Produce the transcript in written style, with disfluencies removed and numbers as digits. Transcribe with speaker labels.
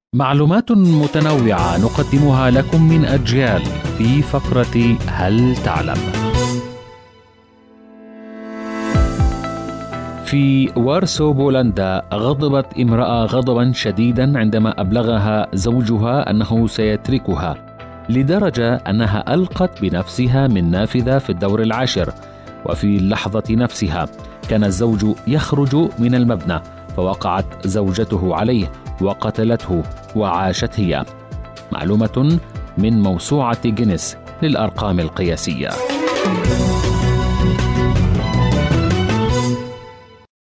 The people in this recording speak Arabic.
Speaker 1: معلومات متنوعة نقدمها لكم من أجيال في فقرة هل تعلم؟ في وارسو بولندا غضبت امرأة غضبا شديدا عندما أبلغها زوجها أنه سيتركها، لدرجة أنها ألقت بنفسها من نافذة في الدور العاشر. وفي اللحظة نفسها كان الزوج يخرج من المبنى، فوقعت زوجته عليه وقتلته وعاشت هي. معلومة من موسوعة جينيس للأرقام القياسية.